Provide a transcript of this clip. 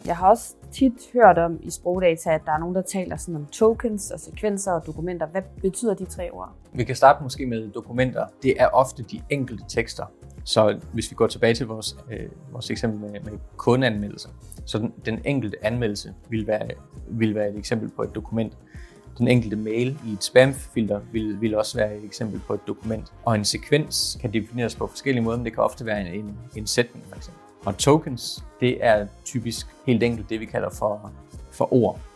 Jeg har også tit hørt om i sprogdata, at der er nogen, der taler sådan om tokens og sekvenser og dokumenter. Hvad betyder de 3 ord? Vi kan starte måske med dokumenter. Det er ofte de enkelte tekster. Så hvis vi går tilbage til vores eksempel med kundeanmeldelser, så den enkelte anmeldelse vil være et eksempel på et dokument. Den enkelte mail i et spamfilter vil også være et eksempel på et dokument. Og en sekvens kan defineres på forskellige måder, men det kan ofte være en sætning for eksempel. Og tokens, det er typisk helt enkelt det, vi kalder for ord.